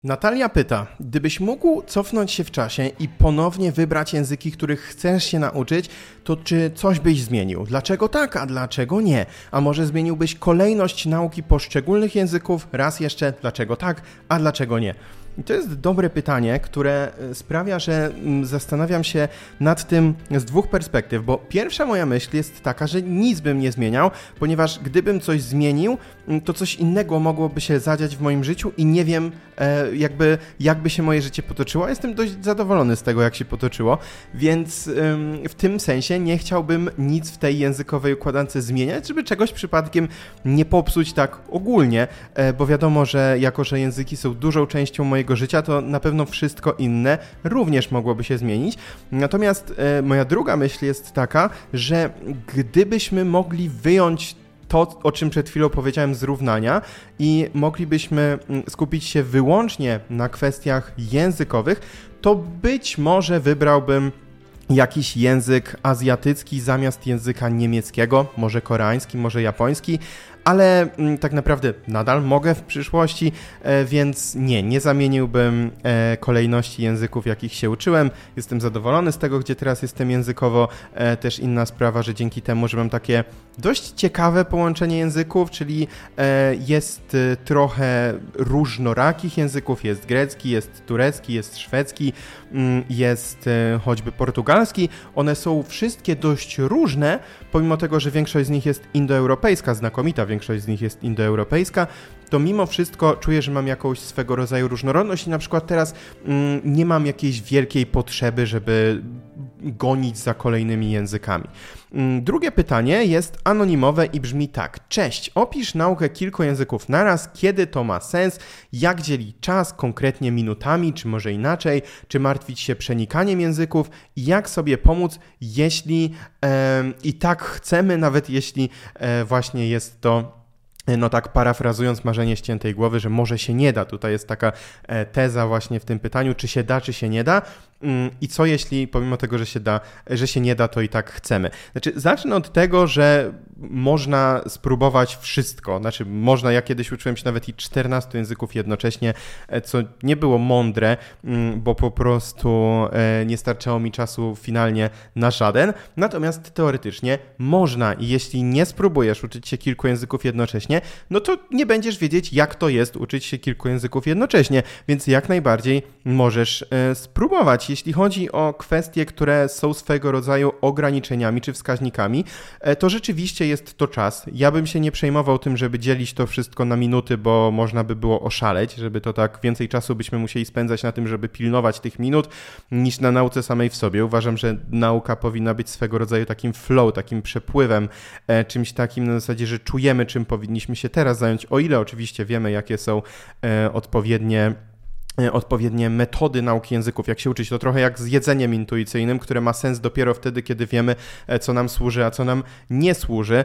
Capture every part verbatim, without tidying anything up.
Natalia pyta, gdybyś mógł cofnąć się w czasie i ponownie wybrać języki, których chcesz się nauczyć, to czy coś byś zmienił? Dlaczego tak, a dlaczego nie? A może zmieniłbyś kolejność nauki poszczególnych języków? Raz jeszcze, dlaczego tak, a dlaczego nie? I to jest dobre pytanie, które sprawia, że zastanawiam się nad tym z dwóch perspektyw, bo pierwsza moja myśl jest taka, że nic bym nie zmieniał, ponieważ gdybym coś zmienił, to coś innego mogłoby się zadziać w moim życiu i nie wiem jakby, jakby się moje życie potoczyło. Jestem dość zadowolony z tego, jak się potoczyło, więc w tym sensie nie chciałbym nic w tej językowej układance zmieniać, żeby czegoś przypadkiem nie popsuć tak ogólnie, bo wiadomo, że jako, że języki są dużą częścią mojego życia, to na pewno wszystko inne również mogłoby się zmienić. Natomiast e, moja druga myśl jest taka, że gdybyśmy mogli wyjąć to, o czym przed chwilą powiedziałem z równania i moglibyśmy skupić się wyłącznie na kwestiach językowych, to być może wybrałbym jakiś język azjatycki zamiast języka niemieckiego, może koreański, może japoński, ale m, tak naprawdę nadal mogę w przyszłości, e, więc nie, nie zamieniłbym e, kolejności języków, jakich się uczyłem. Jestem zadowolony z tego, gdzie teraz jestem językowo. E, też inna sprawa, że dzięki temu, że mam takie dość ciekawe połączenie języków, czyli e, jest e, trochę różnorakich języków. Jest grecki, jest turecki, jest szwedzki, m, jest e, choćby portugalski. One są wszystkie dość różne, pomimo tego, że większość z nich jest indoeuropejska, znakomita większość z nich jest indoeuropejska, to mimo wszystko czuję, że mam jakąś swego rodzaju różnorodność i na przykład teraz mm, nie mam jakiejś wielkiej potrzeby, żeby gonić za kolejnymi językami. Mm, drugie pytanie jest anonimowe i brzmi tak. Cześć, opisz naukę kilku języków naraz, kiedy to ma sens, jak dzielić czas, konkretnie minutami, czy może inaczej, czy martwić się przenikaniem języków i jak sobie pomóc, jeśli e, i tak chcemy, nawet jeśli e, właśnie jest to, no tak parafrazując marzenie ściętej głowy, że może się nie da. Tutaj jest taka teza właśnie w tym pytaniu, czy się da, czy się nie da i co jeśli pomimo tego, że się da, że się nie da, to i tak chcemy. Znaczy zacznę od tego, że można spróbować wszystko. Znaczy można, ja kiedyś uczyłem się nawet i czternastu języków jednocześnie, co nie było mądre, bo po prostu nie starczało mi czasu finalnie na żaden. Natomiast teoretycznie można i jeśli nie spróbujesz uczyć się kilku języków jednocześnie, no to nie będziesz wiedzieć, jak to jest uczyć się kilku języków jednocześnie, więc jak najbardziej możesz e, spróbować. Jeśli chodzi o kwestie, które są swego rodzaju ograniczeniami czy wskaźnikami, e, to rzeczywiście jest to czas. Ja bym się nie przejmował tym, żeby dzielić to wszystko na minuty, bo można by było oszaleć, żeby to tak więcej czasu byśmy musieli spędzać na tym, żeby pilnować tych minut, niż na nauce samej w sobie. Uważam, że nauka powinna być swego rodzaju takim flow, takim przepływem, e, czymś takim na zasadzie, że czujemy, czym powinniśmy się teraz zająć, o ile oczywiście wiemy, jakie są e, odpowiednie odpowiednie metody nauki języków, jak się uczyć. To trochę jak z jedzeniem intuicyjnym, które ma sens dopiero wtedy, kiedy wiemy, co nam służy, a co nam nie służy.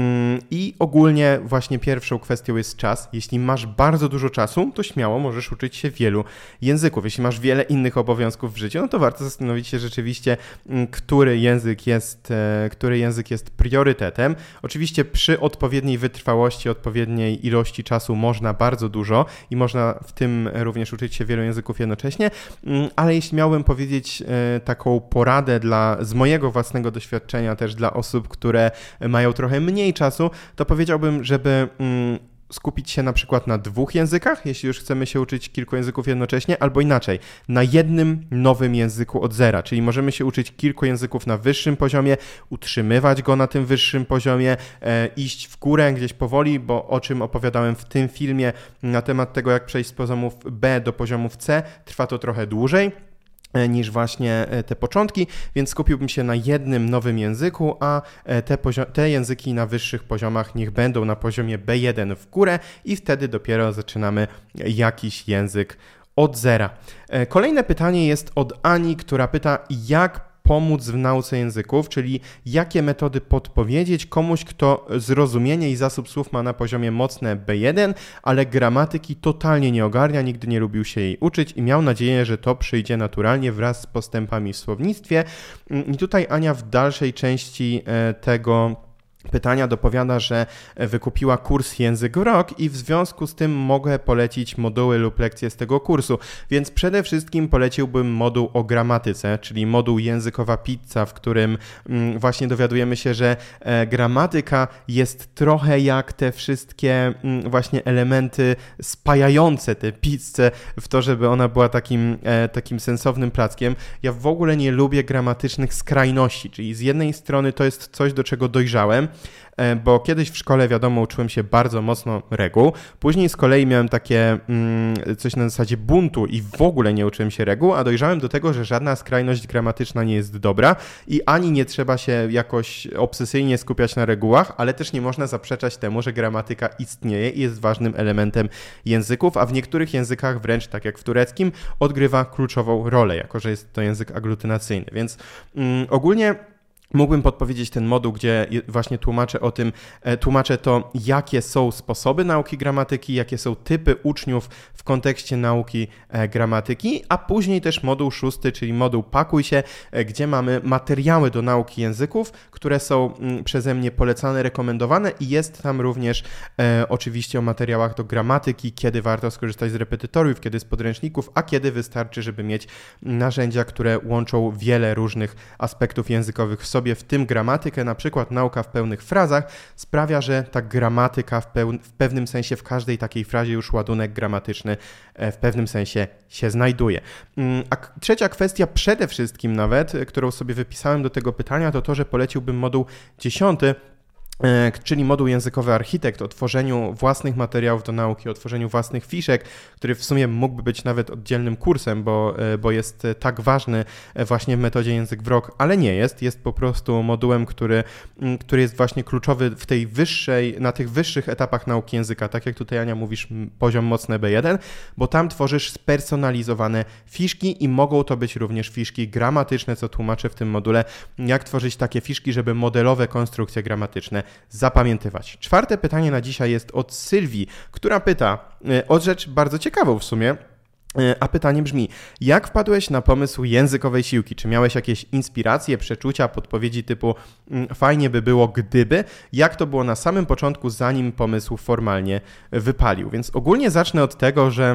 I ogólnie właśnie pierwszą kwestią jest czas. Jeśli masz bardzo dużo czasu, to śmiało możesz uczyć się wielu języków. Jeśli masz wiele innych obowiązków w życiu, no to warto zastanowić się rzeczywiście, który język jest, który język jest priorytetem. Oczywiście przy odpowiedniej wytrwałości, odpowiedniej ilości czasu można bardzo dużo i można w tym również uczyć się wielu języków jednocześnie, ale jeśli miałbym powiedzieć taką poradę dla, z mojego własnego doświadczenia też dla osób, które mają trochę mniej czasu, to powiedziałbym, żeby skupić się na przykład na dwóch językach, jeśli już chcemy się uczyć kilku języków jednocześnie, albo inaczej, na jednym nowym języku od zera, czyli możemy się uczyć kilku języków na wyższym poziomie, utrzymywać go na tym wyższym poziomie, e, iść w górę gdzieś powoli, bo o czym opowiadałem w tym filmie na temat tego, jak przejść z poziomów B do poziomów C, trwa to trochę dłużej niż właśnie te początki, więc skupiłbym się na jednym nowym języku, a te, pozio- te języki na wyższych poziomach niech będą na poziomie B jeden w górę i wtedy dopiero zaczynamy jakiś język od zera. Kolejne pytanie jest od Ani, która pyta, jak pomóc w nauce języków, czyli jakie metody podpowiedzieć komuś, kto zrozumienie i zasób słów ma na poziomie mocne B jeden, ale gramatyki totalnie nie ogarnia, nigdy nie lubił się jej uczyć i miał nadzieję, że to przyjdzie naturalnie wraz z postępami w słownictwie. I tutaj Ania w dalszej części tego pytania dopowiada, że wykupiła kurs Język w Rok i w związku z tym mogę polecić moduły lub lekcje z tego kursu. Więc przede wszystkim poleciłbym moduł o gramatyce, czyli moduł Językowa Pizza, w którym właśnie dowiadujemy się, że gramatyka jest trochę jak te wszystkie właśnie elementy spajające tę pizzę w to, żeby ona była takim, takim sensownym plackiem. Ja w ogóle nie lubię gramatycznych skrajności, czyli z jednej strony to jest coś, do czego dojrzałem, bo kiedyś w szkole, wiadomo, uczyłem się bardzo mocno reguł, później z kolei miałem takie mm, coś na zasadzie buntu i w ogóle nie uczyłem się reguł, a dojrzałem do tego, że żadna skrajność gramatyczna nie jest dobra i ani nie trzeba się jakoś obsesyjnie skupiać na regułach, ale też nie można zaprzeczać temu, że gramatyka istnieje i jest ważnym elementem języków, a w niektórych językach wręcz, tak jak w tureckim, odgrywa kluczową rolę, jako że jest to język aglutynacyjny, więc mm, ogólnie mógłbym podpowiedzieć ten moduł, gdzie właśnie tłumaczę o tym, tłumaczę to, jakie są sposoby nauki gramatyki, jakie są typy uczniów w kontekście nauki gramatyki, a później też moduł szósty, czyli moduł Pakuj się, gdzie mamy materiały do nauki języków, które są przeze mnie polecane, rekomendowane i jest tam również e, oczywiście o materiałach do gramatyki, kiedy warto skorzystać z repetytoriów, kiedy z podręczników, a kiedy wystarczy, żeby mieć narzędzia, które łączą wiele różnych aspektów językowych w sobie, w tym gramatykę, na przykład nauka w pełnych frazach sprawia, że ta gramatyka w, peł- w pewnym sensie w każdej takiej frazie już ładunek gramatyczny w pewnym sensie się znajduje. A trzecia kwestia, przede wszystkim nawet, którą sobie wypisałem do tego pytania, to to, że poleciłbym moduł dziesiąty, czyli moduł językowy Architekt o tworzeniu własnych materiałów do nauki, o tworzeniu własnych fiszek, który w sumie mógłby być nawet oddzielnym kursem, bo, bo jest tak ważny właśnie w metodzie Język w Rok, ale nie jest. Jest po prostu modułem, który, który jest właśnie kluczowy w tej wyższej, na tych wyższych etapach nauki języka, tak jak tutaj Ania mówisz, poziom mocny B jeden, bo tam tworzysz spersonalizowane fiszki i mogą to być również fiszki gramatyczne, co tłumaczę w tym module, jak tworzyć takie fiszki, żeby modelowe konstrukcje gramatyczne zapamiętywać. Czwarte pytanie na dzisiaj jest od Sylwii, która pyta o rzecz bardzo ciekawą w sumie, a pytanie brzmi, jak wpadłeś na pomysł językowej siłki? Czy miałeś jakieś inspiracje, przeczucia, podpowiedzi typu fajnie by było gdyby? Jak to było na samym początku, zanim pomysł formalnie wypalił? Więc ogólnie zacznę od tego, że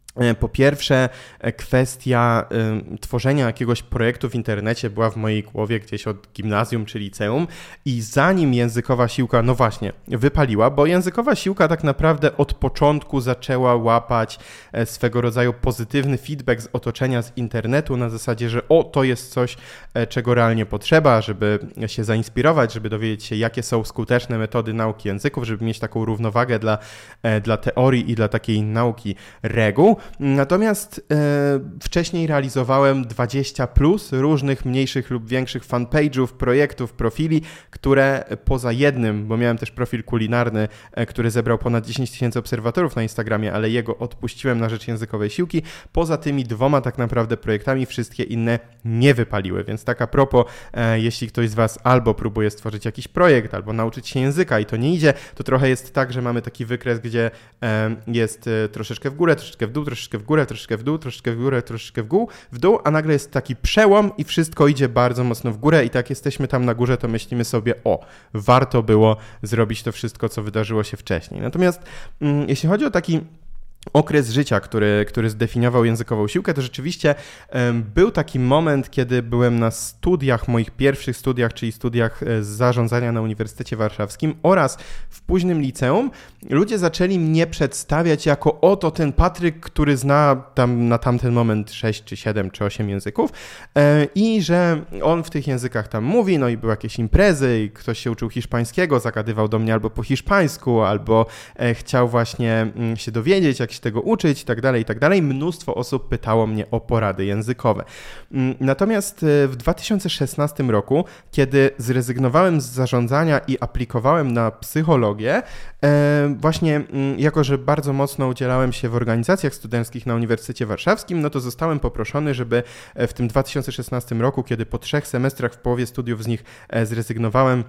po pierwsze, kwestia y, tworzenia jakiegoś projektu w internecie była w mojej głowie gdzieś od gimnazjum czy liceum i zanim językowa siłka, no właśnie, wypaliła, bo językowa siłka tak naprawdę od początku zaczęła łapać swego rodzaju pozytywny feedback z otoczenia, z internetu na zasadzie, że o, to jest coś, czego realnie potrzeba, żeby się zainspirować, żeby dowiedzieć się, jakie są skuteczne metody nauki języków, żeby mieć taką równowagę dla, dla teorii i dla takiej nauki reguł. Natomiast e, wcześniej realizowałem dwadzieścia plus różnych mniejszych lub większych fanpage'ów, projektów, profili, które poza jednym, bo miałem też profil kulinarny, e, który zebrał ponad dziesięć tysięcy obserwatorów na Instagramie, ale jego odpuściłem na rzecz językowej siłki. Poza tymi dwoma tak naprawdę projektami wszystkie inne nie wypaliły, więc tak a propos, e, jeśli ktoś z Was albo próbuje stworzyć jakiś projekt, albo nauczyć się języka i to nie idzie, to trochę jest tak, że mamy taki wykres, gdzie e, jest e, troszeczkę w górę, troszeczkę w dół, troszeczkę w górę, troszeczkę w dół, troszeczkę w górę, troszeczkę w górę, w dół, a nagle jest taki przełom i wszystko idzie bardzo mocno w górę i tak jesteśmy tam na górze, to myślimy sobie, o, warto było zrobić to wszystko, co wydarzyło się wcześniej. Natomiast mm, jeśli chodzi o taki okres życia, który, który zdefiniował językową siłkę, to rzeczywiście um, był taki moment, kiedy byłem na studiach, moich pierwszych studiach, czyli studiach z zarządzania na Uniwersytecie Warszawskim oraz w późnym liceum. Ludzie zaczęli mnie przedstawiać jako oto ten Patryk, który zna tam na tamten moment sześć czy siedem czy osiem języków e, i że on w tych językach tam mówi, no i były jakieś imprezy i ktoś się uczył hiszpańskiego, zagadywał do mnie albo po hiszpańsku, albo e, chciał właśnie m, się dowiedzieć, jak się tego uczyć i tak dalej, i tak dalej. Mnóstwo osób pytało mnie o porady językowe. Natomiast w dwa tysiące szesnastym roku, kiedy zrezygnowałem z zarządzania i aplikowałem na psychologię, właśnie jako, że bardzo mocno udzielałem się w organizacjach studenckich na Uniwersytecie Warszawskim, no to zostałem poproszony, żeby w tym dwa tysiące szesnastym roku, kiedy po trzech semestrach w połowie studiów z nich zrezygnowałem,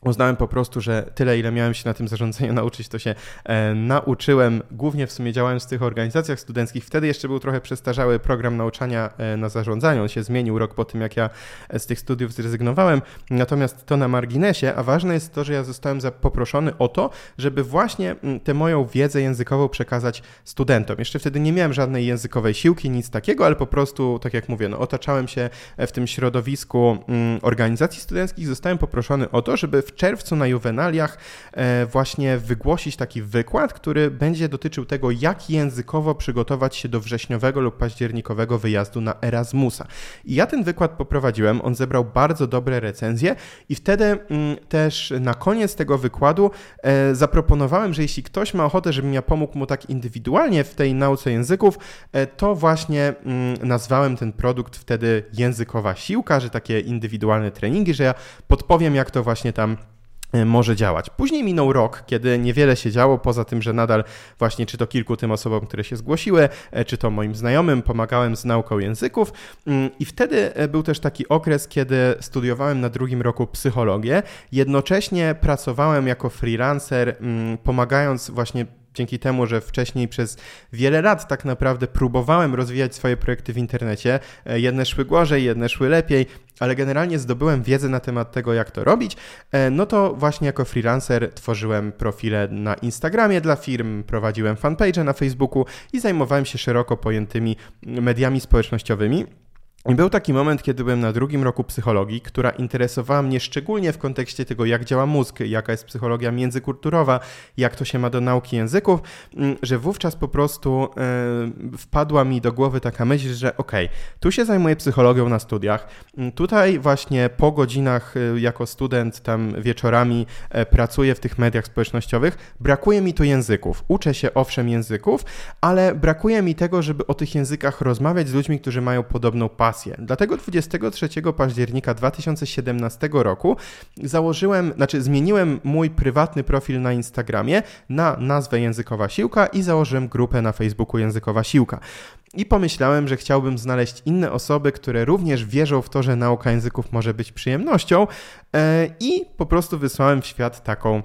Uznałem po prostu, że tyle, ile miałem się na tym zarządzaniu nauczyć, to się e, nauczyłem. Głównie w sumie działając w tych organizacjach studenckich. Wtedy jeszcze był trochę przestarzały program nauczania e, na zarządzaniu. On się zmienił rok po tym, jak ja z tych studiów zrezygnowałem. Natomiast to na marginesie, a ważne jest to, że ja zostałem poproszony o to, żeby właśnie tę moją wiedzę językową przekazać studentom. Jeszcze wtedy nie miałem żadnej językowej siłki, nic takiego, ale po prostu, tak jak mówię, no, otaczałem się w tym środowisku mm, organizacji studenckich. Zostałem poproszony o to, żeby w czerwcu na Juvenaliach e, właśnie wygłosić taki wykład, który będzie dotyczył tego, jak językowo przygotować się do wrześniowego lub październikowego wyjazdu na Erasmusa. I ja ten wykład poprowadziłem, on zebrał bardzo dobre recenzje i wtedy mm, też na koniec tego wykładu e, zaproponowałem, że jeśli ktoś ma ochotę, żebym ja pomógł mu tak indywidualnie w tej nauce języków, e, to właśnie mm, nazwałem ten produkt wtedy językowa siłka, że takie indywidualne treningi, że ja podpowiem, jak to właśnie tam może działać. Później minął rok, kiedy niewiele się działo, poza tym, że nadal właśnie czy to kilku tym osobom, które się zgłosiły, czy to moim znajomym pomagałem z nauką języków i wtedy był też taki okres, kiedy studiowałem na drugim roku psychologię, jednocześnie pracowałem jako freelancer, pomagając właśnie dzięki temu, że wcześniej przez wiele lat tak naprawdę próbowałem rozwijać swoje projekty w internecie. Jedne szły gorzej, jedne szły lepiej, ale generalnie zdobyłem wiedzę na temat tego, jak to robić. No to właśnie jako freelancer tworzyłem profile na Instagramie dla firm, prowadziłem fanpage na Facebooku i zajmowałem się szeroko pojętymi mediami społecznościowymi. I był taki moment, kiedy byłem na drugim roku psychologii, która interesowała mnie szczególnie w kontekście tego, jak działa mózg, jaka jest psychologia międzykulturowa, jak to się ma do nauki języków, że wówczas po prostu e, wpadła mi do głowy taka myśl, że okej, okay, tu się zajmuję psychologią na studiach, tutaj właśnie po godzinach e, jako student tam wieczorami e, pracuję w tych mediach społecznościowych, brakuje mi tu języków. Uczę się owszem języków, ale brakuje mi tego, żeby o tych językach rozmawiać z ludźmi, którzy mają podobną pasję. Dlatego dwudziestego trzeciego października dwa tysiące siedemnastego roku założyłem, znaczy zmieniłem mój prywatny profil na Instagramie na nazwę Językowa Siłka i założyłem grupę na Facebooku Językowa Siłka. I pomyślałem, że chciałbym znaleźć inne osoby, które również wierzą w to, że nauka języków może być przyjemnością yy, i po prostu wysłałem w świat taką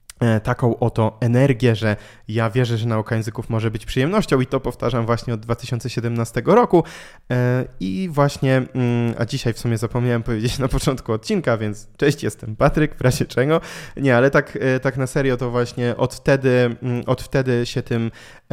taką oto energię, że ja wierzę, że nauka języków może być przyjemnością i to powtarzam właśnie od dwa tysiące siedemnastego roku i właśnie, a dzisiaj w sumie zapomniałem powiedzieć na początku odcinka, więc cześć, jestem Patryk, w razie czego. Nie, ale tak, tak na serio to właśnie od wtedy, od wtedy się tym,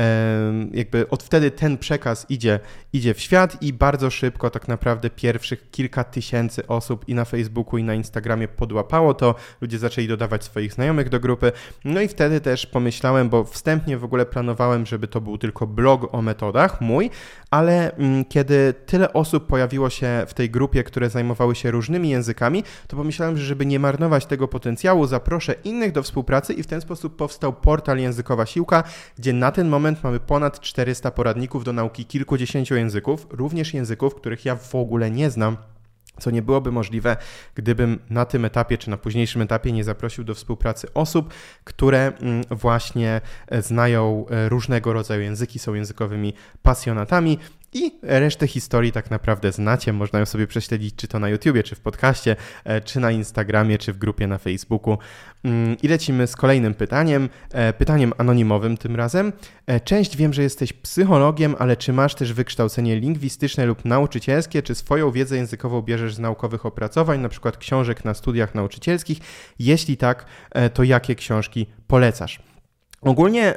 jakby od wtedy ten przekaz idzie, idzie w świat i bardzo szybko tak naprawdę pierwszych kilka tysięcy osób i na Facebooku i na Instagramie podłapało to, ludzie zaczęli dodawać swoich znajomych do grupy. No i wtedy też pomyślałem, bo wstępnie w ogóle planowałem, żeby to był tylko blog o metodach mój, ale mm, kiedy tyle osób pojawiło się w tej grupie, które zajmowały się różnymi językami, to pomyślałem, że żeby nie marnować tego potencjału, zaproszę innych do współpracy i w ten sposób powstał portal Językowa Siłka, gdzie na ten moment mamy ponad czterysta poradników do nauki kilkudziesięciu języków, również języków, których ja w ogóle nie znam, co nie byłoby możliwe, gdybym na tym etapie czy na późniejszym etapie nie zaprosił do współpracy osób, które właśnie znają różnego rodzaju języki, są językowymi pasjonatami. I resztę historii tak naprawdę znacie, można ją sobie prześledzić czy to na YouTubie, czy w podcaście, czy na Instagramie, czy w grupie na Facebooku. I lecimy z kolejnym pytaniem, pytaniem anonimowym tym razem. Cześć, wiem, że jesteś psychologiem, ale czy masz też wykształcenie lingwistyczne lub nauczycielskie, czy swoją wiedzę językową bierzesz z naukowych opracowań, na przykład książek na studiach nauczycielskich? Jeśli tak, to jakie książki polecasz? Ogólnie,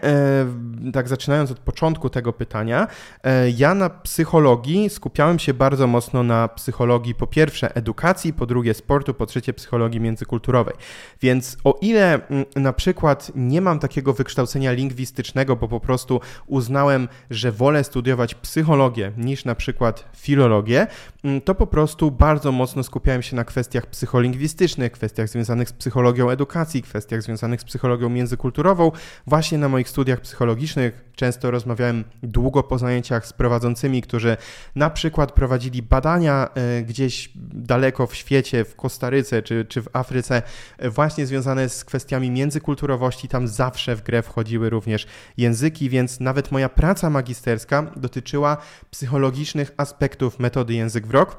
tak zaczynając od początku tego pytania, ja na psychologii skupiałem się bardzo mocno na psychologii po pierwsze edukacji, po drugie sportu, po trzecie psychologii międzykulturowej. Więc o ile na przykład nie mam takiego wykształcenia lingwistycznego, bo po prostu uznałem, że wolę studiować psychologię niż na przykład filologię, to po prostu bardzo mocno skupiałem się na kwestiach psycholingwistycznych, kwestiach związanych z psychologią edukacji, kwestiach związanych z psychologią międzykulturową. Właśnie na moich studiach psychologicznych często rozmawiałem długo po zajęciach z prowadzącymi, którzy na przykład prowadzili badania gdzieś daleko w świecie, w Kostaryce czy, czy w Afryce, właśnie związane z kwestiami międzykulturowości. Tam zawsze w grę wchodziły również języki, więc nawet moja praca magisterska dotyczyła psychologicznych aspektów metody Język w Rok.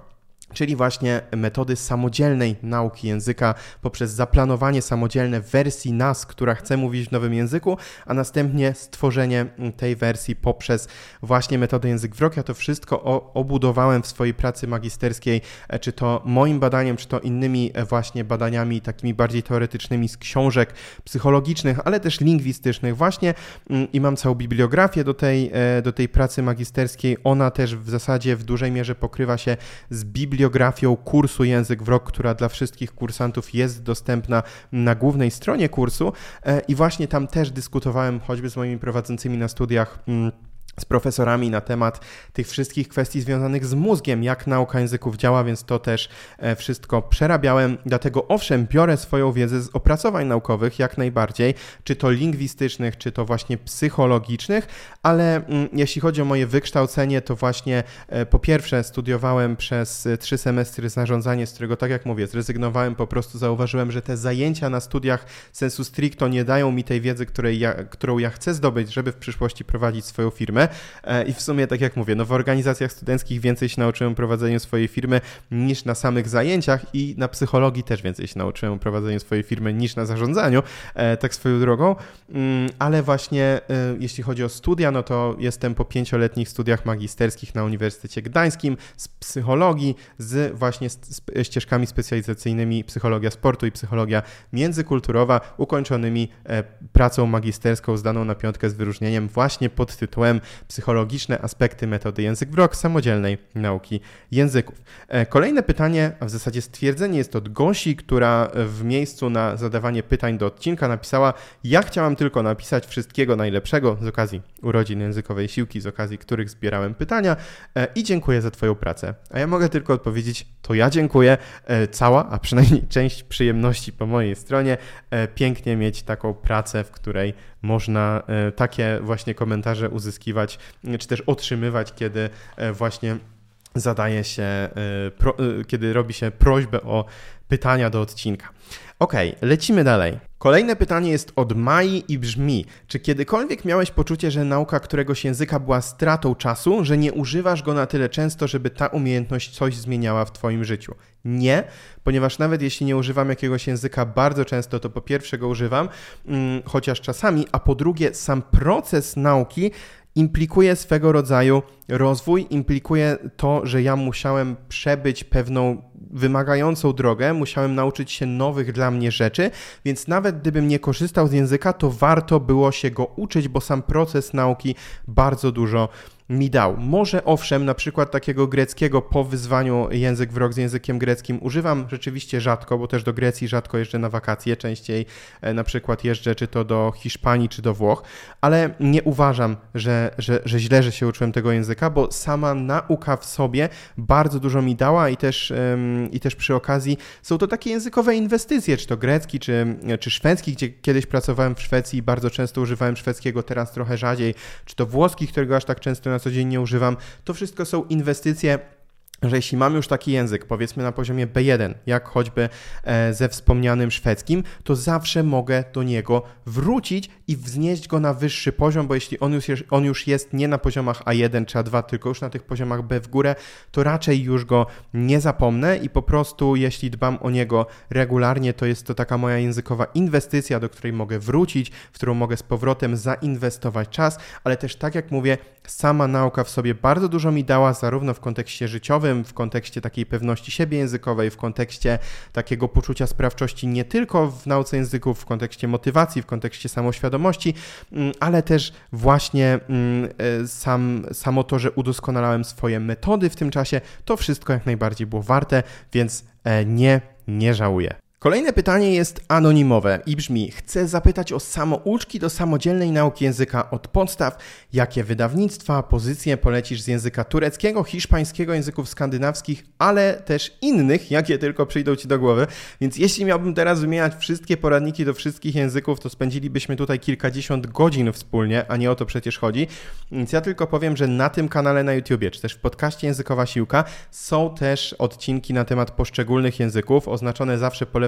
czyli właśnie metody samodzielnej nauki języka poprzez zaplanowanie samodzielne wersji nas, która chce mówić w nowym języku, a następnie stworzenie tej wersji poprzez właśnie metodę język w rok. Ja to wszystko obudowałem w swojej pracy magisterskiej, czy to moim badaniem, czy to innymi właśnie badaniami takimi bardziej teoretycznymi z książek psychologicznych, ale też lingwistycznych właśnie i mam całą bibliografię do tej, do tej pracy magisterskiej. Ona też w zasadzie w dużej mierze pokrywa się z bibliografią biografią kursu Język w rok, która dla wszystkich kursantów jest dostępna na głównej stronie kursu i właśnie tam też dyskutowałem choćby z moimi prowadzącymi na studiach z profesorami na temat tych wszystkich kwestii związanych z mózgiem, jak nauka języków działa, więc to też wszystko przerabiałem. Dlatego owszem, biorę swoją wiedzę z opracowań naukowych jak najbardziej, czy to lingwistycznych, czy to właśnie psychologicznych, ale mm, jeśli chodzi o moje wykształcenie, to właśnie e, po pierwsze studiowałem przez trzy semestry zarządzanie, z którego, tak jak mówię, zrezygnowałem, po prostu zauważyłem, że te zajęcia na studiach sensu stricto nie dają mi tej wiedzy, której ja, którą ja chcę zdobyć, żeby w przyszłości prowadzić swoją firmę. I w sumie, tak jak mówię, no w organizacjach studenckich więcej się nauczyłem o prowadzeniu swojej firmy niż na samych zajęciach i na psychologii też więcej się nauczyłem o prowadzeniu swojej firmy niż na zarządzaniu, tak swoją drogą, ale właśnie jeśli chodzi o studia, no to jestem po pięcioletnich studiach magisterskich na Uniwersytecie Gdańskim z psychologii, z właśnie ścieżkami specjalizacyjnymi psychologia sportu i psychologia międzykulturowa, ukończonymi pracą magisterską zdaną na piątkę z wyróżnieniem właśnie pod tytułem Psychologiczne aspekty metody język w rok samodzielnej nauki języków. Kolejne pytanie, a w zasadzie stwierdzenie jest od Gosi, która w miejscu na zadawanie pytań do odcinka napisała: ja chciałam tylko napisać wszystkiego najlepszego z okazji urodzin Językowej Siłki, z okazji których zbierałem pytania i dziękuję za Twoją pracę. A ja mogę tylko odpowiedzieć: to ja dziękuję. Cała, a przynajmniej część przyjemności po mojej stronie. Pięknie mieć taką pracę, w której można takie właśnie komentarze uzyskiwać, czy też otrzymywać, kiedy właśnie zadaje się, kiedy robi się prośbę o pytania do odcinka. Ok, lecimy dalej. Kolejne pytanie jest od Mai i brzmi: czy kiedykolwiek miałeś poczucie, że nauka któregoś języka była stratą czasu, że nie używasz go na tyle często, żeby ta umiejętność coś zmieniała w Twoim życiu? Nie, ponieważ nawet jeśli nie używam jakiegoś języka bardzo często, to po pierwsze go używam, hmm, chociaż czasami, a po drugie sam proces nauki implikuje swego rodzaju rozwój, implikuje to, że ja musiałem przebyć pewną wymagającą drogę, musiałem nauczyć się nowych dla mnie rzeczy, więc nawet gdybym nie korzystał z języka, to warto było się go uczyć, bo sam proces nauki bardzo dużo mi dał. Może owszem, na przykład takiego greckiego po wyzwaniu Język w rok z językiem greckim używam rzeczywiście rzadko, bo też do Grecji rzadko jeżdżę na wakacje, częściej na przykład jeżdżę czy to do Hiszpanii, czy do Włoch, ale nie uważam, że, że, że źle, że się uczyłem tego języka, bo sama nauka w sobie bardzo dużo mi dała i też, ym, i też przy okazji są to takie językowe inwestycje, czy to grecki, czy, czy szwedzki, gdzie kiedyś pracowałem w Szwecji i bardzo często używałem szwedzkiego, teraz trochę rzadziej, czy to włoski, którego aż tak często na co dzień nie używam. To wszystko są inwestycje, że jeśli mam już taki język, powiedzmy na poziomie B jeden, jak choćby ze wspomnianym szwedzkim, to zawsze mogę do niego wrócić i wznieść go na wyższy poziom, bo jeśli on już, jest, on już jest nie na poziomach A jeden czy A dwa, tylko już na tych poziomach B w górę, to raczej już go nie zapomnę i po prostu jeśli dbam o niego regularnie, to jest to taka moja językowa inwestycja, do której mogę wrócić, w którą mogę z powrotem zainwestować czas, ale też tak jak mówię, sama nauka w sobie bardzo dużo mi dała, zarówno w kontekście życiowym, w kontekście takiej pewności siebie językowej, w kontekście takiego poczucia sprawczości nie tylko w nauce języków, w kontekście motywacji, w kontekście samoświadomości, ale też właśnie sam, samo to, że udoskonalałem swoje metody w tym czasie, to wszystko jak najbardziej było warte, więc nie, nie żałuję. Kolejne pytanie jest anonimowe i brzmi: chcę zapytać o samouczki do samodzielnej nauki języka od podstaw. Jakie wydawnictwa, pozycje polecisz z języka tureckiego, hiszpańskiego, języków skandynawskich, ale też innych, jakie tylko przyjdą Ci do głowy. Więc jeśli miałbym teraz wymieniać wszystkie poradniki do wszystkich języków, to spędzilibyśmy tutaj kilkadziesiąt godzin wspólnie, a nie o to przecież chodzi. Więc ja tylko powiem, że na tym kanale na YouTubie, czy też w podcaście Językowa Siłka są też odcinki na temat poszczególnych języków, oznaczone zawsze po lewej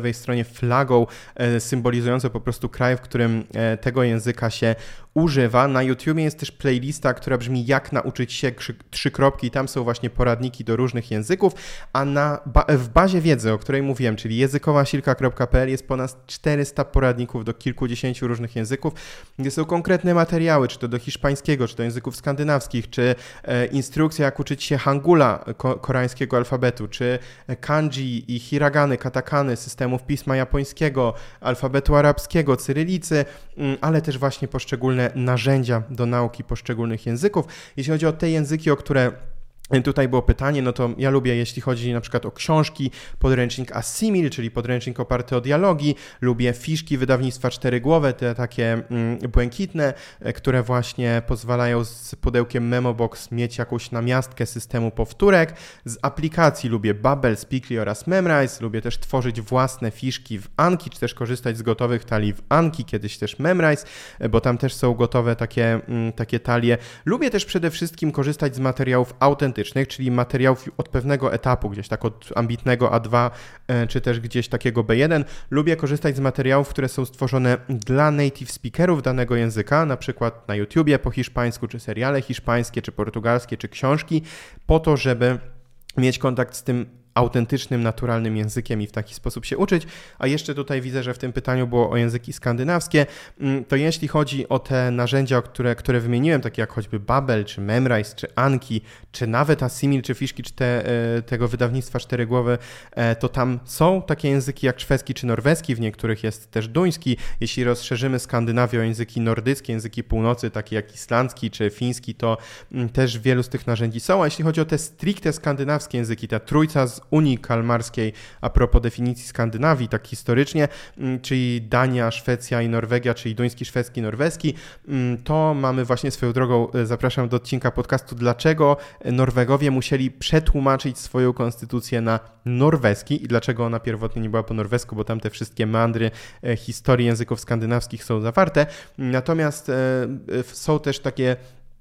lewej stronie flagą symbolizującą po prostu kraj, w którym tego języka się używa. Na YouTubie jest też playlista, która brzmi Jak nauczyć się trzy kropki. Tam są właśnie poradniki do różnych języków, a na, w bazie wiedzy, o której mówiłem, czyli językowasilka kropka pe el jest ponad czterysta poradników do kilkudziesięciu różnych języków, gdzie są konkretne materiały, czy to do hiszpańskiego, czy do języków skandynawskich, czy e, instrukcja, jak uczyć się hangula, ko- koreańskiego alfabetu, czy kanji i hiragany, katakany, systemów pisma japońskiego, alfabetu arabskiego, cyrylicy, ale też właśnie poszczególne narzędzia do nauki poszczególnych języków. Jeśli chodzi o te języki, o które tutaj było pytanie, no to ja lubię, jeśli chodzi na przykład o książki, podręcznik Assimil, czyli podręcznik oparty o dialogi, lubię fiszki wydawnictwa Czterygłowe, te takie mm, błękitne, które właśnie pozwalają z pudełkiem Memobox mieć jakąś namiastkę systemu powtórek. Z aplikacji lubię Babbel, Speakly oraz Memrise, lubię też tworzyć własne fiszki w Anki, czy też korzystać z gotowych talii w Anki, kiedyś też Memrise, bo tam też są gotowe takie, mm, takie talie. Lubię też przede wszystkim korzystać z materiałów autentycznych, czyli materiałów od pewnego etapu, gdzieś tak od ambitnego A dwa, czy też gdzieś takiego B jeden. Lubię korzystać z materiałów, które są stworzone dla native speakerów danego języka, na przykład na YouTubie po hiszpańsku, czy seriale hiszpańskie, czy portugalskie, czy książki, po to, żeby mieć kontakt z tym autentycznym, naturalnym językiem i w taki sposób się uczyć. A jeszcze tutaj widzę, że w tym pytaniu było o języki skandynawskie. To jeśli chodzi o te narzędzia, które, które wymieniłem, takie jak choćby Babbel, czy Memrise, czy Anki, czy nawet Assimil, czy fiszki, czy te, tego wydawnictwa Czterygłowe, to tam są takie języki jak szwedzki czy norweski, w niektórych jest też duński. Jeśli rozszerzymy Skandynawię o języki nordyckie, języki północy, takie jak islandzki czy fiński, to też wielu z tych narzędzi są. A jeśli chodzi o te stricte skandynawskie języki, ta trójca z Unii Kalmarskiej, a propos definicji Skandynawii, tak historycznie, czyli Dania, Szwecja i Norwegia, czyli duński, szwedzki, norweski, to mamy właśnie swoją drogą, zapraszam do odcinka podcastu, dlaczego Norwegowie musieli przetłumaczyć swoją konstytucję na norweski i dlaczego ona pierwotnie nie była po norwesku, bo tam te wszystkie meandry historii języków skandynawskich są zawarte. Natomiast są też takie,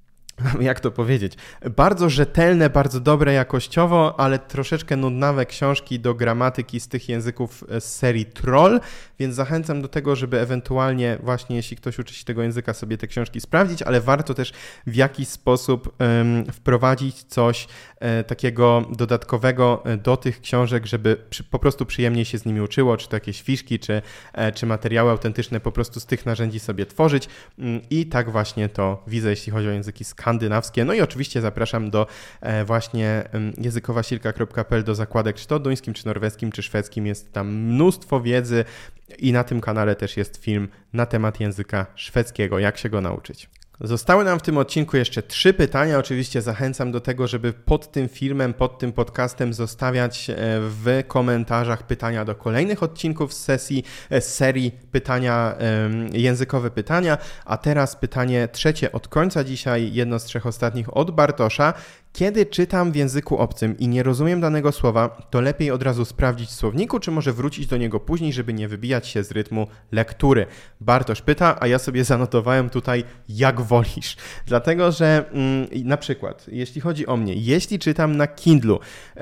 jak to powiedzieć, bardzo rzetelne, bardzo dobre jakościowo, ale troszeczkę nudnawe książki do gramatyki z tych języków z serii Troll, więc zachęcam do tego, żeby ewentualnie właśnie, jeśli ktoś uczy się tego języka, sobie te książki sprawdzić, ale warto też w jakiś sposób um, wprowadzić coś um, takiego dodatkowego do tych książek, żeby przy, po prostu przyjemniej się z nimi uczyło, czy to jakieś fiszki, czy, e, czy materiały autentyczne po prostu z tych narzędzi sobie tworzyć um, i tak właśnie to widzę, jeśli chodzi o języki skandynawskie. No i oczywiście zapraszam do e, właśnie um, językowasilka kropka pe el do zakładek, czy to duńskim, czy norweskim, czy szwedzkim. Jest tam mnóstwo wiedzy i na tym kanale też jest film na temat języka szwedzkiego, jak się go nauczyć. Zostały nam w tym odcinku jeszcze trzy pytania. Oczywiście zachęcam do tego, żeby pod tym filmem, pod tym podcastem zostawiać w komentarzach pytania do kolejnych odcinków z sesji, z serii pytania, językowe pytania. A teraz pytanie trzecie od końca dzisiaj, jedno z trzech ostatnich od Bartosza. Kiedy czytam w języku obcym i nie rozumiem danego słowa, to lepiej od razu sprawdzić w słowniku, czy może wrócić do niego później, żeby nie wybijać się z rytmu lektury? Bartosz pyta, a ja sobie zanotowałem tutaj jak wolisz. Dlatego, że mm, na przykład, jeśli chodzi o mnie, jeśli czytam na Kindlu,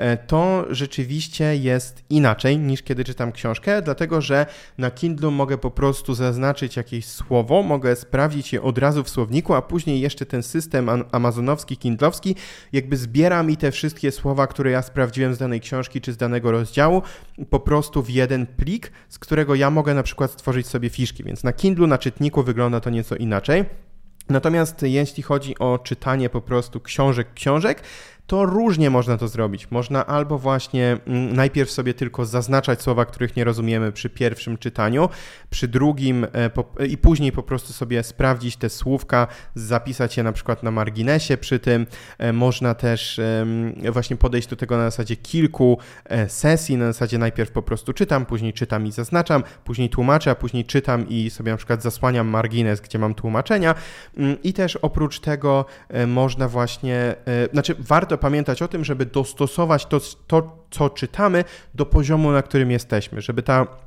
to rzeczywiście jest inaczej niż kiedy czytam książkę, dlatego, że na Kindlu mogę po prostu zaznaczyć jakieś słowo, mogę sprawdzić je od razu w słowniku, a później jeszcze ten system amazonowski, kindlowski jakby zbiera mi te wszystkie słowa, które ja sprawdziłem z danej książki czy z danego rozdziału, po prostu w jeden plik, z którego ja mogę na przykład stworzyć sobie fiszki, więc na Kindlu, na czytniku wygląda to nieco inaczej. Natomiast jeśli chodzi o czytanie po prostu książek, książek, to różnie można to zrobić. Można albo właśnie najpierw sobie tylko zaznaczać słowa, których nie rozumiemy przy pierwszym czytaniu, przy drugim i później po prostu sobie sprawdzić te słówka, zapisać je na przykład na marginesie przy tym. Można też właśnie podejść do tego na zasadzie kilku sesji, na zasadzie najpierw po prostu czytam, później czytam i zaznaczam, później tłumaczę, a później czytam i sobie na przykład zasłaniam margines, gdzie mam tłumaczenia. I też oprócz tego można właśnie, znaczy warto pamiętać o tym, żeby dostosować to, to, co czytamy, do poziomu, na którym jesteśmy, żeby ta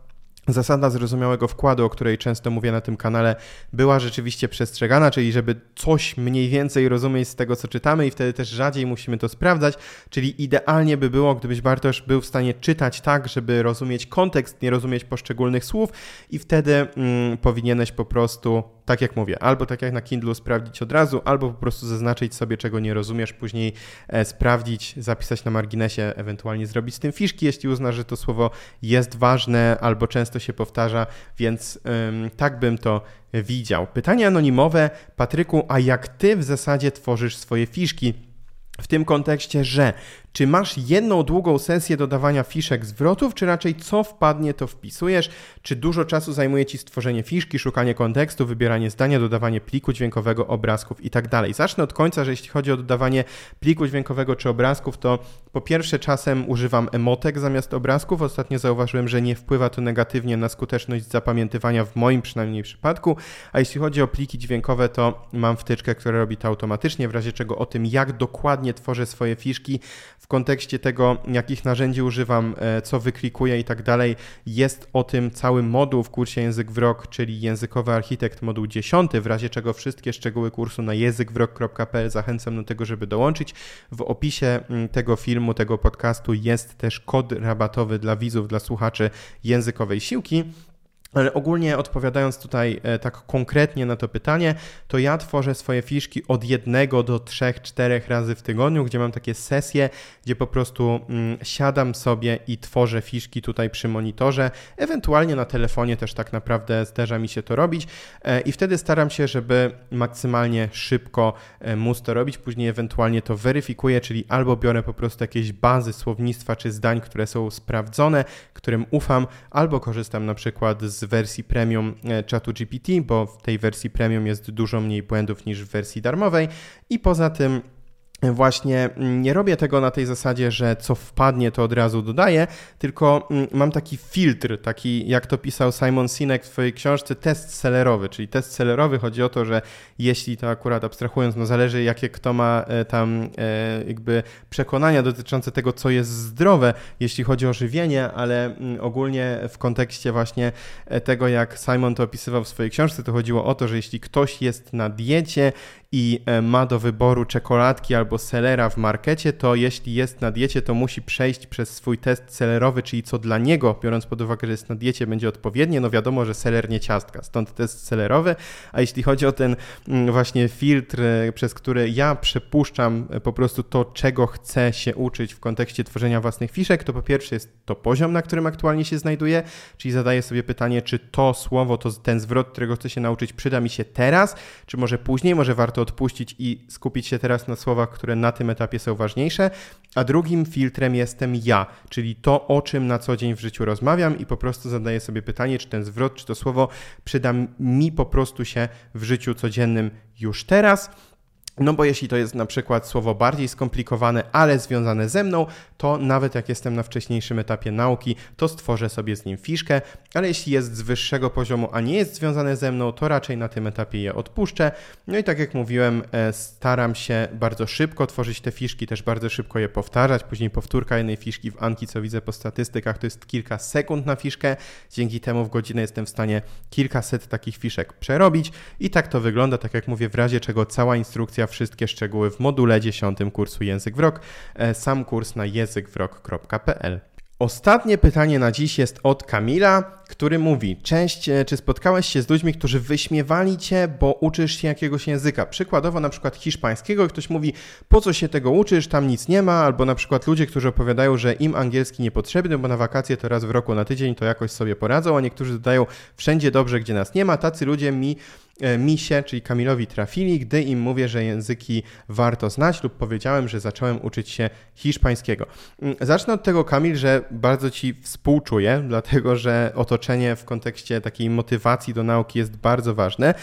zasada zrozumiałego wkładu, o której często mówię na tym kanale, była rzeczywiście przestrzegana, czyli żeby coś mniej więcej rozumieć z tego, co czytamy i wtedy też rzadziej musimy to sprawdzać, czyli idealnie by było, gdybyś Bartosz był w stanie czytać tak, żeby rozumieć kontekst, nie rozumieć poszczególnych słów i wtedy mm, powinieneś po prostu, tak jak mówię, albo tak jak na Kindlu sprawdzić od razu, albo po prostu zaznaczyć sobie, czego nie rozumiesz, później e, sprawdzić, zapisać na marginesie, ewentualnie zrobić z tym fiszki, jeśli uznasz, że to słowo jest ważne albo często się powtarza, więc ym, tak bym to widział. Pytanie anonimowe. Patryku, a jak ty w zasadzie tworzysz swoje fiszki? W tym kontekście, że czy masz jedną długą sesję dodawania fiszek zwrotów, czy raczej co wpadnie, to wpisujesz? Czy dużo czasu zajmuje ci stworzenie fiszki, szukanie kontekstu, wybieranie zdania, dodawanie pliku dźwiękowego, obrazków i tak dalej? Zacznę od końca, że jeśli chodzi o dodawanie pliku dźwiękowego czy obrazków, to po pierwsze czasem używam emotek zamiast obrazków. Ostatnio zauważyłem, że nie wpływa to negatywnie na skuteczność zapamiętywania w moim przynajmniej przypadku, a jeśli chodzi o pliki dźwiękowe, to mam wtyczkę, która robi to automatycznie, w razie czego o tym, jak dokładnie tworzę swoje fiszki, w kontekście tego, jakich narzędzi używam, co wyklikuję i tak dalej, jest o tym cały moduł w kursie Język w Rok, czyli Językowy Architekt, moduł dziesiąty, w razie czego wszystkie szczegóły kursu na język w rok kropka p l zachęcam do tego, żeby dołączyć. W opisie tego filmu, tego podcastu jest też kod rabatowy dla widzów, dla słuchaczy Językowej Siłki. Ale ogólnie odpowiadając tutaj e, tak konkretnie na to pytanie, to ja tworzę swoje fiszki od jednego do trzech, czterech razy w tygodniu, gdzie mam takie sesje, gdzie po prostu mm, siadam sobie i tworzę fiszki tutaj przy monitorze, ewentualnie na telefonie też tak naprawdę zdarza mi się to robić e, i wtedy staram się, żeby maksymalnie szybko e, móc to robić, później ewentualnie to weryfikuję, czyli albo biorę po prostu jakieś bazy słownictwa czy zdań, które są sprawdzone, którym ufam, albo korzystam na przykład z wersji premium czatu G P T, bo w tej wersji premium jest dużo mniej błędów niż w wersji darmowej i poza tym właśnie nie robię tego na tej zasadzie, że co wpadnie, to od razu dodaję, tylko mam taki filtr, taki jak to pisał Simon Sinek w swojej książce, test sellerowy, czyli test sellerowy chodzi o to, że jeśli to akurat abstrahując, no zależy jakie kto ma tam jakby przekonania dotyczące tego, co jest zdrowe, jeśli chodzi o żywienie, ale ogólnie w kontekście właśnie tego, jak Simon to opisywał w swojej książce, to chodziło o to, że jeśli ktoś jest na diecie i ma do wyboru czekoladki albo selera w markecie, to jeśli jest na diecie, to musi przejść przez swój test sellerowy, czyli co dla niego, biorąc pod uwagę, że jest na diecie, będzie odpowiednie. No wiadomo, że seler nie ciastka, stąd test sellerowy. A jeśli chodzi o ten właśnie filtr, przez który ja przepuszczam po prostu to, czego chcę się uczyć w kontekście tworzenia własnych fiszek, to po pierwsze jest to poziom, na którym aktualnie się znajduję, czyli zadaję sobie pytanie, czy to słowo, to ten zwrot, którego chcę się nauczyć, przyda mi się teraz, czy może później, może warto odpuścić i skupić się teraz na słowach, które na tym etapie są ważniejsze, a drugim filtrem jestem ja, czyli to, o czym na co dzień w życiu rozmawiam i po prostu zadaję sobie pytanie, czy ten zwrot, czy to słowo przyda mi po prostu się w życiu codziennym już teraz. No bo jeśli to jest na przykład słowo bardziej skomplikowane, ale związane ze mną, to nawet jak jestem na wcześniejszym etapie nauki, to stworzę sobie z nim fiszkę, ale jeśli jest z wyższego poziomu, a nie jest związane ze mną, to raczej na tym etapie je odpuszczę. No i tak jak mówiłem, staram się bardzo szybko tworzyć te fiszki, też bardzo szybko je powtarzać. Później powtórka jednej fiszki w Anki, co widzę po statystykach, to jest kilka sekund na fiszkę. Dzięki temu w godzinę jestem w stanie kilkaset takich fiszek przerobić i tak to wygląda, tak jak mówię, w razie czego cała instrukcja, wszystkie szczegóły w module dziesiątym kursu Język w Rok, sam kurs na język w rok kropka p l. Ostatnie pytanie na dziś jest od Kamila, który mówi: cześć, czy spotkałeś się z ludźmi, którzy wyśmiewali cię, bo uczysz się jakiegoś języka? Przykładowo na przykład hiszpańskiego i ktoś mówi, po co się tego uczysz, tam nic nie ma, albo na przykład ludzie, którzy opowiadają, że im angielski niepotrzebny, bo na wakacje to raz w roku na tydzień to jakoś sobie poradzą, a niektórzy dodają wszędzie dobrze, gdzie nas nie ma. Tacy ludzie mi mi się, czyli Kamilowi, trafili, gdy im mówię, że języki warto znać lub powiedziałem, że zacząłem uczyć się hiszpańskiego. Zacznę od tego, Kamil, że bardzo ci współczuję, dlatego że otoczenie w kontekście takiej motywacji do nauki jest bardzo ważne,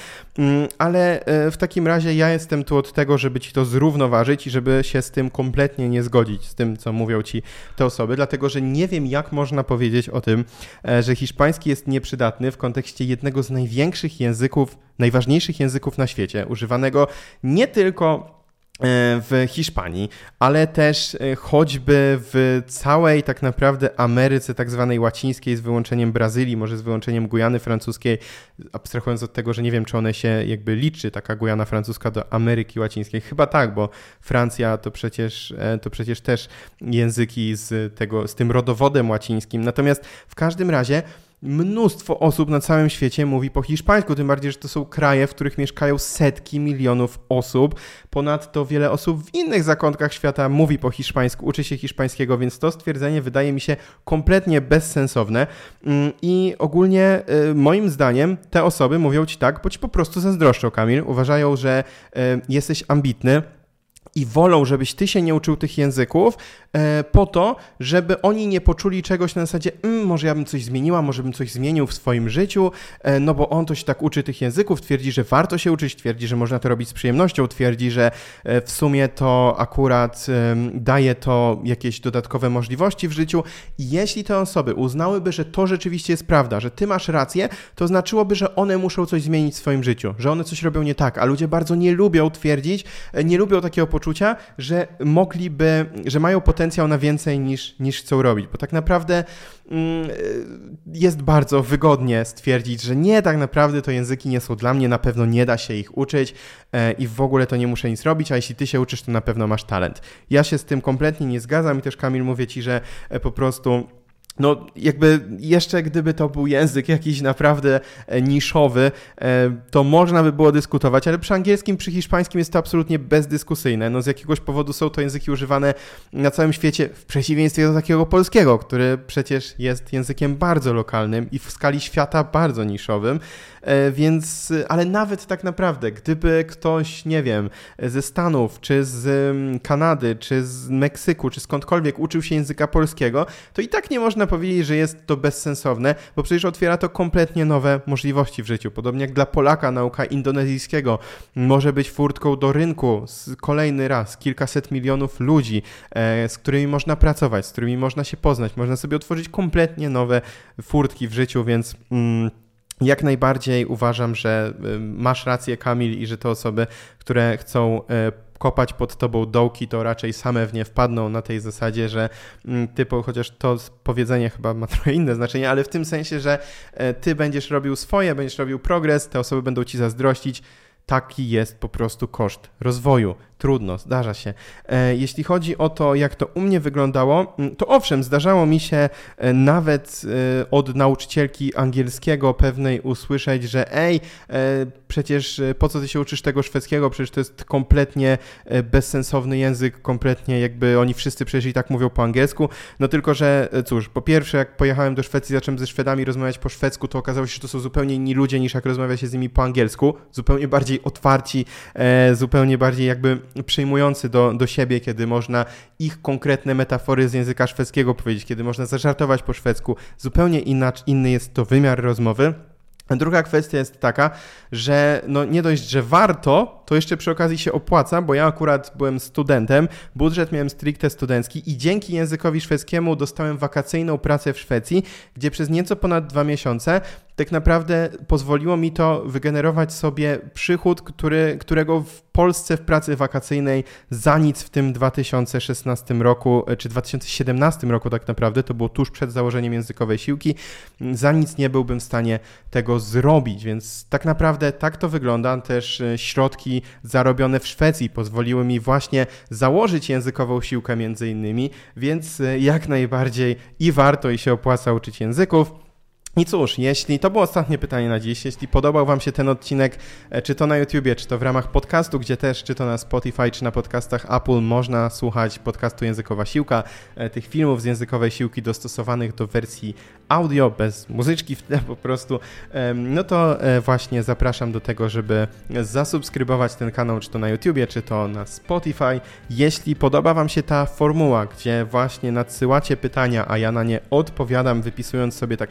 ale w takim razie ja jestem tu od tego, żeby ci to zrównoważyć i żeby się z tym kompletnie nie zgodzić, z tym, co mówią ci te osoby, dlatego że nie wiem, jak można powiedzieć o tym, że hiszpański jest nieprzydatny w kontekście jednego z największych języków, najważniejszych języków na świecie, używanego nie tylko w Hiszpanii, ale też choćby w całej tak naprawdę Ameryce tak zwanej łacińskiej z wyłączeniem Brazylii, może z wyłączeniem Gujany Francuskiej, abstrahując od tego, że nie wiem, czy one się jakby liczy, taka Gujana Francuska do Ameryki Łacińskiej. Chyba tak, bo Francja to przecież, to przecież też języki z tego, z tym rodowodem łacińskim. Natomiast w każdym razie mnóstwo osób na całym świecie mówi po hiszpańsku, tym bardziej, że to są kraje, w których mieszkają setki milionów osób. Ponadto wiele osób w innych zakątkach świata mówi po hiszpańsku, uczy się hiszpańskiego, więc to stwierdzenie wydaje mi się kompletnie bezsensowne i ogólnie moim zdaniem te osoby mówią ci tak, bo ci po prostu zazdroszczą, Kamil. Uważają, że jesteś ambitny i wolą, żebyś ty się nie uczył tych języków e, po to, żeby oni nie poczuli czegoś na zasadzie mmm, może ja bym coś zmieniła, może bym coś zmienił w swoim życiu, e, no bo on to się tak uczy tych języków, twierdzi, że warto się uczyć, twierdzi, że można to robić z przyjemnością, twierdzi, że e, w sumie to akurat e, daje to jakieś dodatkowe możliwości w życiu i jeśli te osoby uznałyby, że to rzeczywiście jest prawda, że ty masz rację, to znaczyłoby, że one muszą coś zmienić w swoim życiu, że one coś robią nie tak, a ludzie bardzo nie lubią twierdzić, e, nie lubią takiego poczucia, że mogliby, że mają potencjał na więcej niż, niż chcą robić, bo tak naprawdę mm, jest bardzo wygodnie stwierdzić, że nie, tak naprawdę to języki nie są dla mnie, na pewno nie da się ich uczyć e, i w ogóle to nie muszę nic robić, a jeśli ty się uczysz, to na pewno masz talent. Ja się z tym kompletnie nie zgadzam i też, Kamil, mówię ci, że e, po prostu no jakby jeszcze gdyby to był język jakiś naprawdę niszowy, to można by było dyskutować, ale przy angielskim, przy hiszpańskim jest to absolutnie bezdyskusyjne. No z jakiegoś powodu są to języki używane na całym świecie, w przeciwieństwie do takiego polskiego, który przecież jest językiem bardzo lokalnym i w skali świata bardzo niszowym, więc, ale nawet tak naprawdę, gdyby ktoś, nie wiem, ze Stanów, czy z Kanady, czy z Meksyku, czy skądkolwiek uczył się języka polskiego, to i tak nie można powiedzieć, że jest to bezsensowne, bo przecież otwiera to kompletnie nowe możliwości w życiu. Podobnie jak dla Polaka nauka indonezyjskiego może być furtką do rynku kolejny raz, kilkaset milionów ludzi, z którymi można pracować, z którymi można się poznać, można sobie otworzyć kompletnie nowe furtki w życiu, więc mm, jak najbardziej uważam, że masz rację, Kamil, i że te osoby, które chcą kopać pod tobą dołki, to raczej same w nie wpadną na tej zasadzie, że typu, chociaż to powiedzenie chyba ma trochę inne znaczenie, ale w tym sensie, że ty będziesz robił swoje, będziesz robił progres, te osoby będą ci zazdrościć. Taki jest po prostu koszt rozwoju. Trudno, zdarza się. Jeśli chodzi o to, jak to u mnie wyglądało, to owszem, zdarzało mi się nawet od nauczycielki angielskiego pewnej usłyszeć, że ej, przecież po co ty się uczysz tego szwedzkiego, przecież to jest kompletnie bezsensowny język, kompletnie jakby oni wszyscy przecież i tak mówią po angielsku, no tylko, że cóż, po pierwsze jak pojechałem do Szwecji, zacząłem ze Szwedami rozmawiać po szwedzku, to okazało się, że to są zupełnie inni ludzie niż jak rozmawia się z nimi po angielsku, zupełnie bardziej otwarci, zupełnie bardziej jakby przyjmujący do, do siebie, kiedy można ich konkretne metafory z języka szwedzkiego powiedzieć, kiedy można zażartować po szwedzku. Zupełnie inaczej, inny jest to wymiar rozmowy. A druga kwestia jest taka, że no nie dość, że warto, to jeszcze przy okazji się opłaca, bo ja akurat byłem studentem, budżet miałem stricte studencki i dzięki językowi szwedzkiemu dostałem wakacyjną pracę w Szwecji, gdzie przez nieco ponad dwa miesiące tak naprawdę pozwoliło mi to wygenerować sobie przychód, który, którego w Polsce w pracy wakacyjnej za nic w tym dwa tysiące szesnastym roku, czy dwa tysiące siedemnastym roku tak naprawdę, to było tuż przed założeniem językowej siłki, za nic nie byłbym w stanie tego zrobić, więc tak naprawdę tak to wygląda. Też środki zarobione w Szwecji pozwoliły mi właśnie założyć językową siłkę między innymi, więc jak najbardziej i warto i się opłaca uczyć języków. I cóż, jeśli to było ostatnie pytanie na dziś, jeśli podobał wam się ten odcinek, czy to na YouTubie, czy to w ramach podcastu, gdzie też, czy to na Spotify, czy na podcastach Apple można słuchać podcastu Językowa Siłka, tych filmów z Językowej Siłki dostosowanych do wersji audio, bez muzyczki w tle po prostu, no to właśnie zapraszam do tego, żeby zasubskrybować ten kanał, czy to na YouTubie, czy to na Spotify. Jeśli podoba wam się ta formuła, gdzie właśnie nadsyłacie pytania, a ja na nie odpowiadam, wypisując sobie tak mniej więcej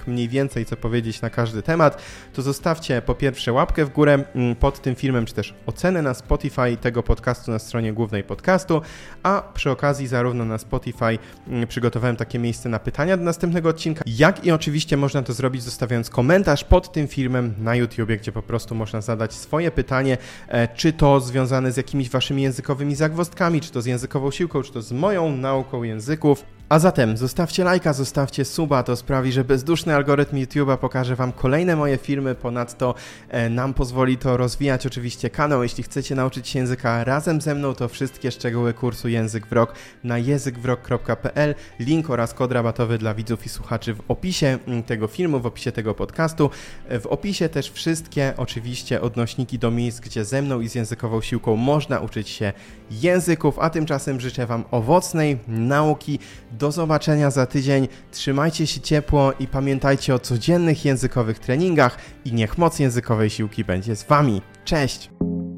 więcej co powiedzieć na każdy temat, to zostawcie po pierwsze łapkę w górę pod tym filmem, czy też ocenę na Spotify tego podcastu na stronie głównej podcastu, a przy okazji zarówno na Spotify przygotowałem takie miejsce na pytania do następnego odcinka, jak i oczywiście można to zrobić zostawiając komentarz pod tym filmem na YouTubie, gdzie po prostu można zadać swoje pytanie, czy to związane z jakimiś waszymi językowymi zagwozdkami, czy to z językową siłką, czy to z moją nauką języków. A zatem zostawcie lajka, zostawcie suba, to sprawi, że bezduszny algorytm YouTube'a pokaże wam kolejne moje filmy, ponadto e, nam pozwoli to rozwijać oczywiście kanał. Jeśli chcecie nauczyć się języka razem ze mną, to wszystkie szczegóły kursu Język w Rok na język w rok kropka p l, link oraz kod rabatowy dla widzów i słuchaczy w opisie tego filmu, w opisie tego podcastu. W opisie też wszystkie oczywiście odnośniki do miejsc, gdzie ze mną i z językową siłką można uczyć się języków, a tymczasem życzę wam owocnej nauki. Do zobaczenia za tydzień, trzymajcie się ciepło i pamiętajcie o codziennych językowych treningach i niech moc językowej siłki będzie z wami. Cześć!